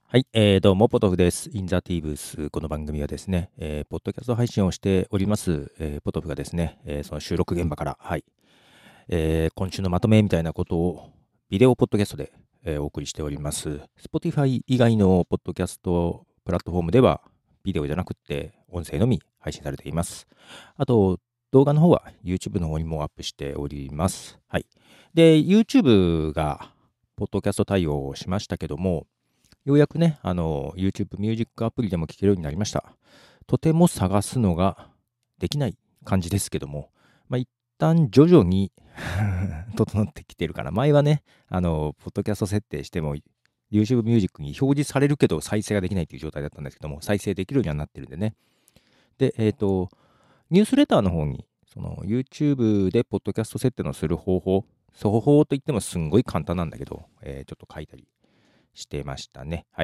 はい、どうも、ポトフです。インザティーブス。この番組はですね、ポッドキャスト配信をしております、ポトフがですね、その収録現場から、はい、今週のまとめみたいなことを、ビデオポッドキャストで、お送りしております。Spotify 以外のポッドキャストプラットフォームでは、ビデオじゃなくて、音声のみ配信されています。あと、動画の方は YouTube の方にもアップしております。はい。で、YouTube が、ポッドキャスト対応をしましたけども、ようやくね、YouTube ミュージックアプリでも聴けるようになりました。とても探すのができない感じですけども、一旦徐々に整ってきてるから、前はね、ポッドキャスト設定しても、YouTube ミュージックに表示されるけど再生ができないという状態だったんですけども、再生できるようにはなってるんでね。で、ニュースレターの方に、その YouTube でポッドキャスト設定のする方法といってもすんごい簡単なんだけど、ちょっと書いたりしてましたね。はい。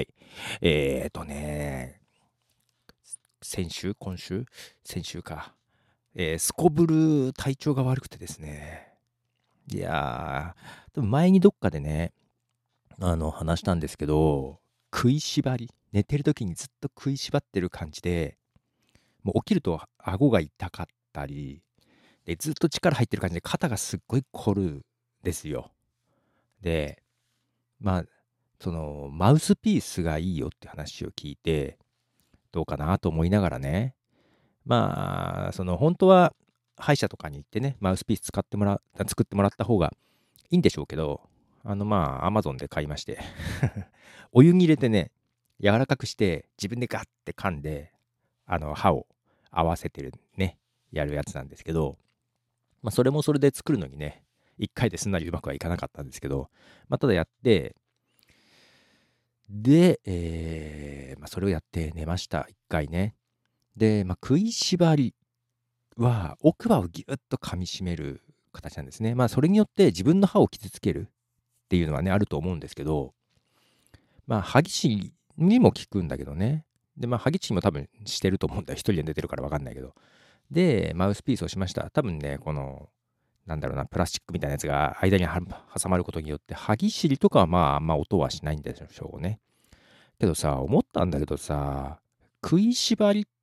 先週か。すこぶる体調が悪くてですね。いやー、でも前にどっかでね、話したんですけど、食いしばり、寝てる時にずっと食いしばってる感じで、もう起きると顎が痛かったり、で、ずっと力入ってる感じで肩がすっごい凝るんですよ。で、まあ、その、マウスピースがいいよって話を聞いて、どうかなと思いながらね、本当は歯医者とかに行ってね、マウスピース作ってもらった方がいいんでしょうけど、アマゾンで買いましてお湯に入れてね、柔らかくして、自分でガッて噛んで、歯を合わせてるね、やるやつなんですけど、それもそれで作るのにね、一回ですんなりうまくはいかなかったんですけど、ただやって、で、それをやって寝ました、一回ね。で、食いしばりは、奥歯をぎゅっと噛み締める形なんですね。それによって自分の歯を傷つけるっていうのはね、あると思うんですけど、歯ぎしりにも効くんだけどね。で、歯ぎしりも多分してると思うんだよ。一人で寝てるから分かんないけど。で、マウスピースをしました。多分ね、この、なんだろうな、プラスチックみたいなやつが間に挟まることによって、歯ぎしりとかはあんま音はしないんでしょうね。けどさ、思ったんだけどさ、食いしばりって、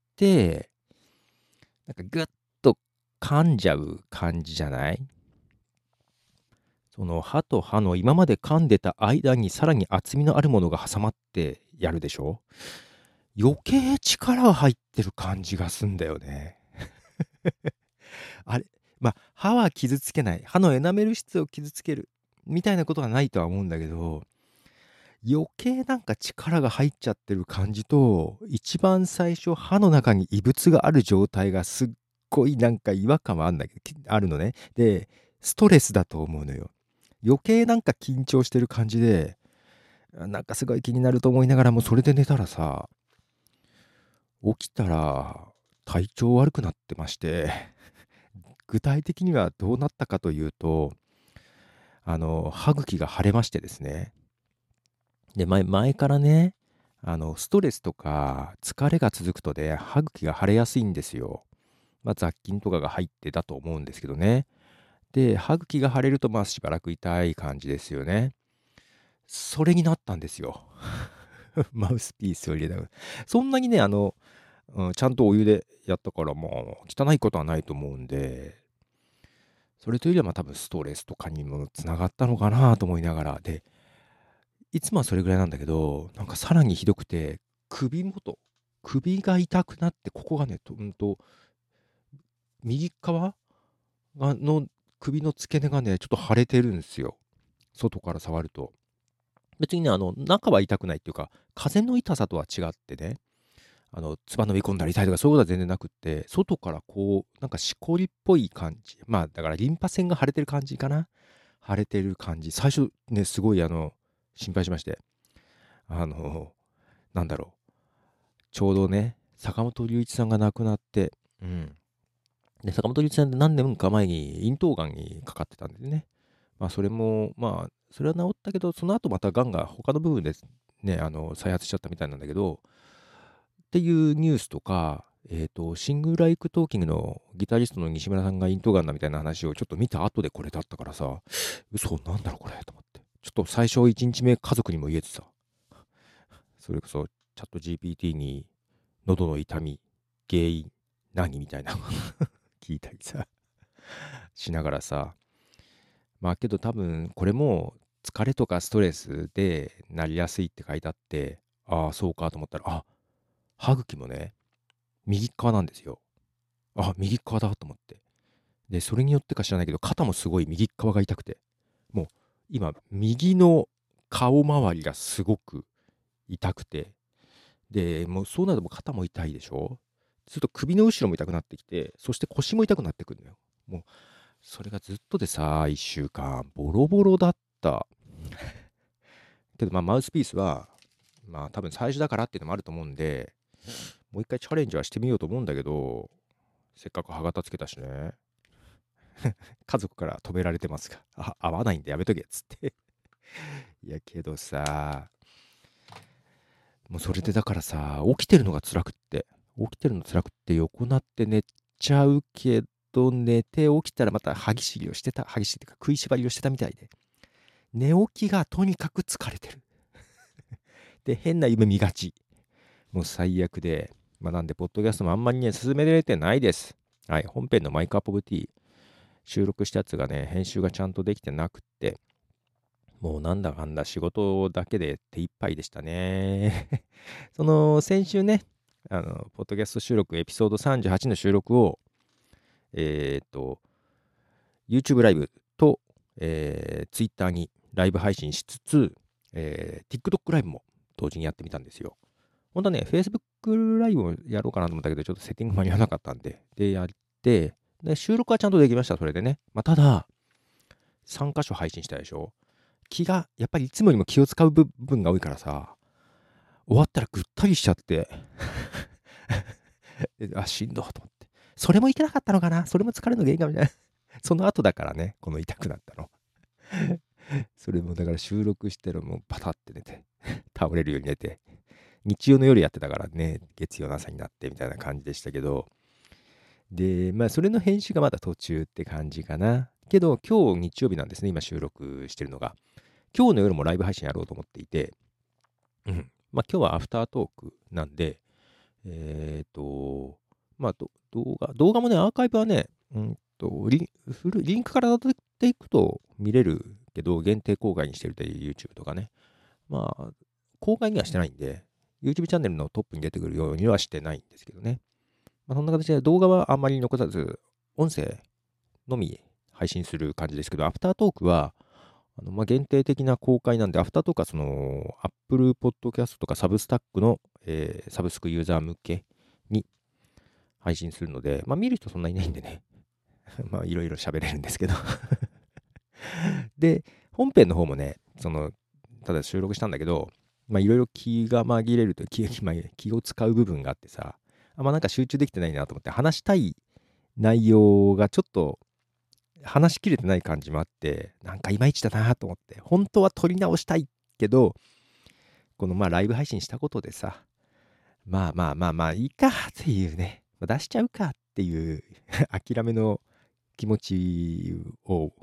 なんかぐっと噛んじゃう感じじゃない？その歯と歯の今まで噛んでた間にさらに厚みのあるものが挟まってやるでしょ？余計力が入ってる感じがすんだよね。あれ、歯は傷つけない。歯のエナメル質を傷つける。みたいなことはないとは思うんだけど、余計なんか力が入っちゃってる感じと、一番最初歯の中に異物がある状態がすっごいなんか違和感はあるのね。で、ストレスだと思うのよ。余計なんか緊張してる感じで、なんかすごい気になると思いながらも、それで寝たらさ、起きたら体調悪くなってまして、具体的にはどうなったかというと、歯茎が腫れましてですね。で、前からね、ストレスとか疲れが続くとで、歯茎が腫れやすいんですよ。雑菌とかが入ってだと思うんですけどね。で、歯茎が腫れると、しばらく痛い感じですよね。それになったんですよ。マウスピースを入れたら。そんなにね、ちゃんとお湯でやったから、汚いことはないと思うんで、それというよりは、多分ストレスとかにもつながったのかなと思いながら、で、いつもはそれぐらいなんだけど、なんかさらにひどくて、首が痛くなって、ここがね、右側の首の付け根がね、ちょっと腫れてるんですよ。外から触ると。別にね、中は痛くないっていうか、風の痛さとは違ってね、唾飲み込んだり痛いとかそういうことは全然なくって、外からこう、なんかしこりっぽい感じ。だからリンパ腺が腫れてる感じかな。腫れてる感じ。最初ね、すごい心配しまして。あの、なんだろう。ちょうどね、坂本龍一さんが亡くなって、うん。で、坂本龍一さんって何年か前に咽頭がんにかかってたんですね。それも、それは治ったけど、その後またがんが他の部分でね、再発しちゃったみたいなんだけど、っていうニュースとか、シングライクトーキングのギタリストの西村さんが咽頭がんだみたいな話をちょっと見た後でこれだったからさ、嘘、なんだろうこれと思って。ちょっと最初1日目家族にも言えてさ、 それこそチャット GPT に喉の痛み、原因、何みたいな聞いたりさ、しながらさ、まあけど多分これも疲れとかストレスでなりやすいって書いてあって、ああ、そうかと思ったら、あ、歯茎もね、右側なんですよ。あ、右側だと思って。で、それによってか知らないけど、肩もすごい右側が痛くて、もう今、右の顔周りがすごく痛くて、で、もうそうなるともう肩も痛いでしょ。すると首の後ろも痛くなってきて、そして腰も痛くなってくるのよ。もう、それがずっとでさ、1週間、ボロボロだった。けど、まあ、マウスピースは、まあ、多分最初だからっていうのもあると思うんで、もう一回チャレンジはしてみようと思うんだけど、せっかく歯型つけたしね。家族から止められてますが、合わないんでやめとけっつって。いやけどさ、もうそれでだからさ、起きてるのが辛くって、起きてるの辛くって横なって寝ちゃうけど、寝て起きたらまた歯ぎしりをしてた、歯ぎしりっていうか食いしばりをしてたみたいで、寝起きがとにかく疲れてる。で、変な夢見がち。もう最悪で、まあなんで、ポッドキャストもあんまりね、進められてないです。はい、本編のマイクアップオブティー、収録したやつがね、編集がちゃんとできてなくって、もうなんだかんだ仕事だけで手一杯でしたね。その先週ね、ポッドキャスト収録エピソード38の収録を、YouTube ライブと、Twitter にライブ配信しつつ、TikTok ライブも同時にやってみたんですよ。本当はね、Facebook ライブをやろうかなと思ったけど、ちょっとセッティング間に合わなかったんで、やって、で、収録はちゃんとできました、それでね。まあ、ただ、3箇所配信したでしょ。やっぱりいつもよりも気を使う部分が多いからさ、終わったらぐったりしちゃってあ、しんどと思って。それもいけなかったのかな、それも疲れの原因かみたいな。その後だからね、この痛くなったの。それもだから収録してるもうパタって寝て、倒れるように寝て、日曜の夜やってたからね、月曜の朝になってみたいな感じでしたけど、で、まあそれの編集がまだ途中って感じかな。けど今日日曜日なんですね、今収録してるのが。今日の夜もライブ配信やろうと思っていて、まあ今日はアフタートークなんで、まあ動画もね、アーカイブはね、リンクから辿っていくと見れるけど、限定公開にしてるという YouTube とかね。まあ、公開にはしてないんで、YouTube チャンネルのトップに出てくるようにはしてないんですけどね。まあ、そんな形で動画はあんまり残さず、音声のみ配信する感じですけど、アフタートークは、まあ、限定的な公開なんで、アフタートークはその、Apple Podcast とかサブスタックの、サブスクユーザー向けに配信するので、まあ、見る人そんなにいないんでね、まあ、いろいろ喋れるんですけどで、本編の方もね、ただ収録したんだけど、まあ、いろいろ気が紛れると気を使う部分があってさ、まあ、なんか集中できてないなと思って、話したい内容がちょっと話しきれてない感じもあって、なんかいまいちだなと思って、本当は撮り直したいけど、このまあライブ配信したことでさ、まあいいかっていうね、出しちゃうかっていう諦めの気持ちを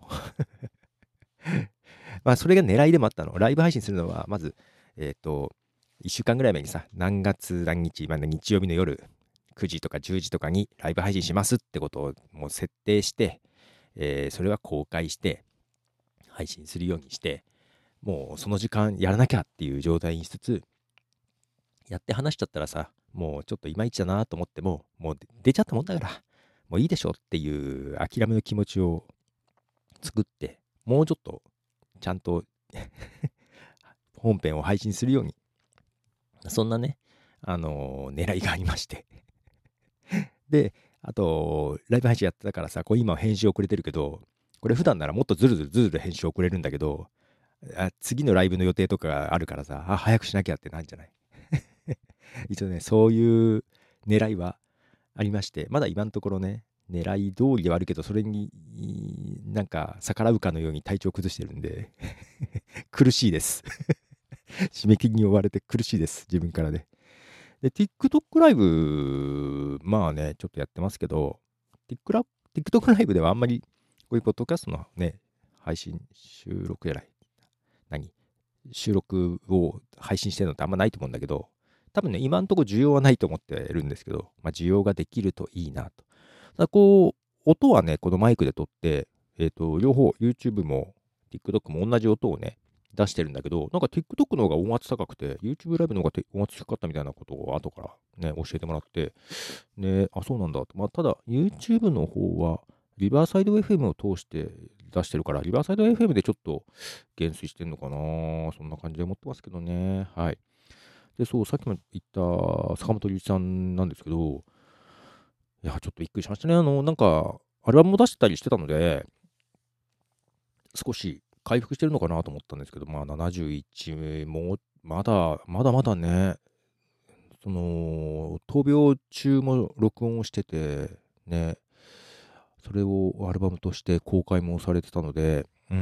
まあそれが狙いでもあったの。ライブ配信するのは、まず、1週間ぐらい前にさ、何月何日、日曜日の夜9時とか10時とかにライブ配信しますってことをもう設定して、それは公開して配信するようにして、もうその時間やらなきゃっていう状態にしつつ、やって話しちゃったらさ、もうちょっといまいちだなと思っても、もう出ちゃったもんだから、もういいでしょっていう諦めの気持ちを作って、もうちょっとちゃんと本編を配信するように、そんなね、狙いがありましてで、あと、ライブ配信やってたからさ、こう今編集遅れてるけど、これ普段ならもっとずる編集遅れるんだけど、次のライブの予定とかがあるからさ、早くしなきゃってなんじゃない一応ね、そういう狙いはありまして、まだ今のところね、狙い通りではあるけど、それになんか逆らうかのように体調崩してるんで苦しいです締め切りに追われて苦しいです、自分からね。で、TikTok ライブ、まあね、ちょっとやってますけど、TikTok ライブではあんまりこういうポッドキャストのね、配信、収録やら、 収録を配信してるのってあんまないと思うんだけど、多分ね、今んとこ需要はないと思ってるんですけど、まあ、需要ができるといいなと。こう、音はね、このマイクで撮って、両方 YouTube も TikTok も同じ音をね、出してるんだけど、なんか TikTok の方が音圧高くて、YouTube ライブの方が音圧低かったみたいなことを後からね、教えてもらって、ね、あ、そうなんだと。まあ、ただ、YouTube の方は、リバーサイド FM を通して出してるから、リバーサイド FM でちょっと減衰してんのかな。そんな感じで思ってますけどね。はい。で、そう、さっきも言った坂本龍一さんなんですけど、いや、ちょっとびっくりしましたね。なんか、アルバムも出してたりしてたので、少し回復してるのかなと思ったんですけど、まあ、71も、まだね、闘病中も録音をしてて、ね、それをアルバムとして公開もされてたので、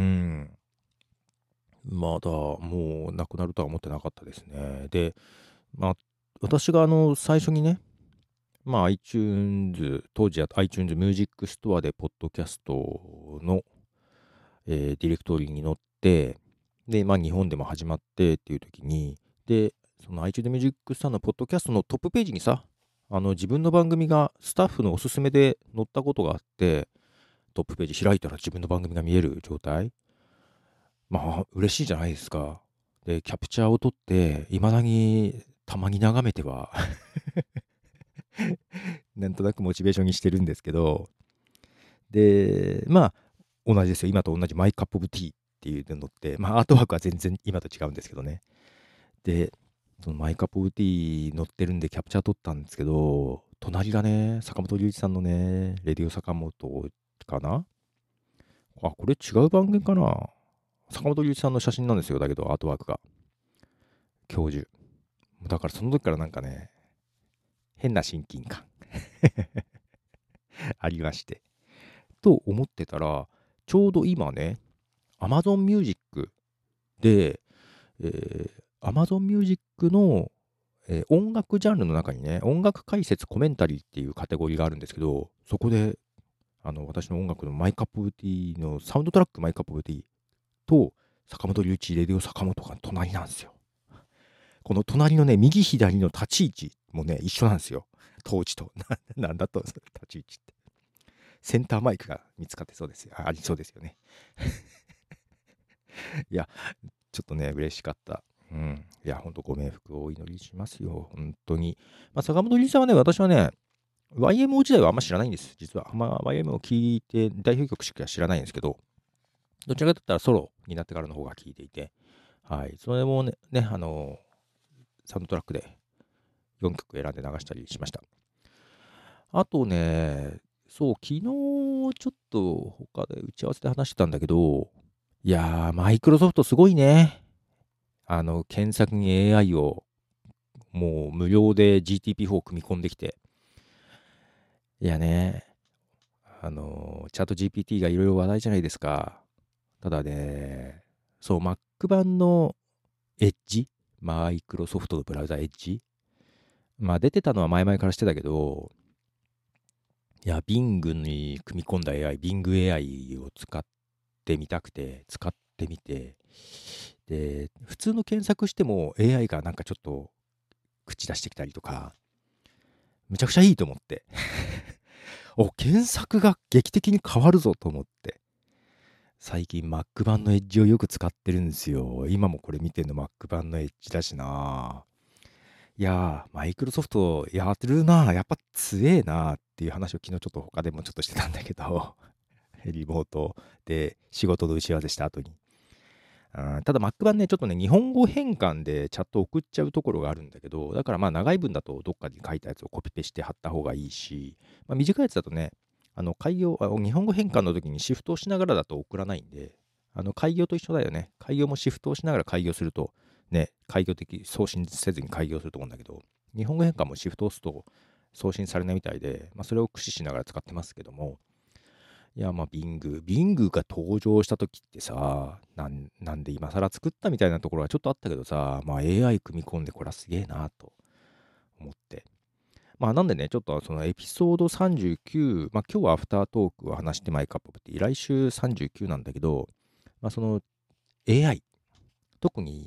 まだもうなくなるとは思ってなかったですね。で、まあ、私が最初にね、まあ、当時は iTunes ミュージックストアでポッドキャストの、ディレクトリに乗って、で、まあ、日本でも始まってっていう時に、で、その iTunes ミュージックストアのポッドキャストのトップページにさ、自分の番組がスタッフのおすすめで載ったことがあって、トップページ開いたら自分の番組が見える状態。まあ、嬉しいじゃないですか。で、キャプチャーを撮って、未だにたまに眺めてはなんとなくモチベーションにしてるんですけど、で、まあ、同じですよ。今と同じマイカップオブティーっていうのって、まあ、アートワークは全然今と違うんですけどね。で、そのマイカップオブティー載ってるんでキャプチャー撮ったんですけど、隣がね、坂本龍一さんのね、レディオ坂本かな。あ、これ違う番組かな。坂本龍一さんの写真なんですよ。だけど、アートワークが。教授。だからその時からなんかね、変な親近感ありまして。と思ってたら、ちょうど今ね、Amazon Music で、Amazon Music の、音楽ジャンルの中にね、音楽解説コメンタリーっていうカテゴリーがあるんですけど、そこで、私の音楽のマイカップオブティーのサウンドトラックマイカップオブティーと坂本龍一レディオ坂本が隣なんですよ。この隣のね、右左の立ち位置もね、一緒なんですよ。当時と。なんだと、立ち位置って。センターマイクが見つかってそうですよ。ありそうですよね。いや、ちょっとね、嬉しかった。うん。いや、ほんとご冥福をお祈りしますよ。本当に。まあ、坂本龍一さんはね、私はね、YMO 時代はあんま知らないんです。実は。まあ、YMO を聞いて、代表曲しか知らないんですけど、どちらかといったらソロになってからの方が聞いていて、はい。それもね、サウンドトラックで4曲選んで流したりしました。あとね、そう、昨日ちょっと他で打ち合わせで話してたんだけど、いやー、マイクロソフトすごいね。検索に AI をもう無料で GTP4 組み込んできて、いやね、チャット GPT がいろいろ話題じゃないですか。ただね、そう、Mac 版のエッジ、マイクロソフトのブラウザエッジ、まあ出てたのは前々からしてたけど、いや、Bing に組み込んだ AI、Bing AI を使ってみたくて、使ってみて、で、普通の検索しても AI がなんかちょっと口出してきたりとか、めちゃくちゃいいと思って。検索が劇的に変わるぞと思って。最近 Mac 版のエッジをよく使ってるんですよ。今もこれ見てんの Mac 版のエッジだしな。いやー、マイクロソフトやってるな。やっぱ強えなっていう話を昨日ちょっと他でもちょっとしてたんだけど、リモートで仕事の打ち合わせした後に。ただ Mac 版ね、ちょっとね、日本語変換でチャット送っちゃうところがあるんだけど、だからまあ長い文だとどっかに書いたやつをコピペして貼った方がいいし、まあ、短いやつだとね、日本語変換の時にシフトをしながらだと送らないんで、開業と一緒だよね。開業もシフトをしながら開業すると、ね、送信せずに開業すると思うんだけど、日本語変換もシフトを押すと送信されないみたいで、まあ、それを駆使しながら使ってますけども、いや、まあ、ビングが登場した時ってさ、なんで今更作ったみたいなところはちょっとあったけどさ、まあ AI 組み込んでこれはすげえなと思って。まあなんでね、ちょっとそのエピソード39、まあ今日はアフタートークを話してマイクアップって来週39なんだけど、まあその AI、特に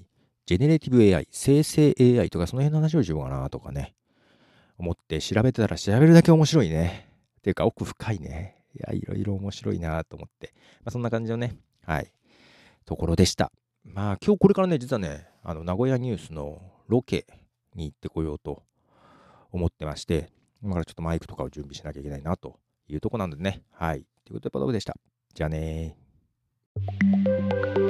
ジェネレーティブ AI、生成 AI とかその辺の話をしようかなとかね、思って調べてたら調べるだけ面白いね。っていうか奥深いね。いや、いろいろ面白いなと思って。そんな感じのね、はい、ところでした。今日これからね、実はね、名古屋ニュースのロケに行ってこようと思ってまして、今からちょっとマイクとかを準備しなきゃいけないなというところなのでね。はい。ということで、パドブでした。じゃあねー。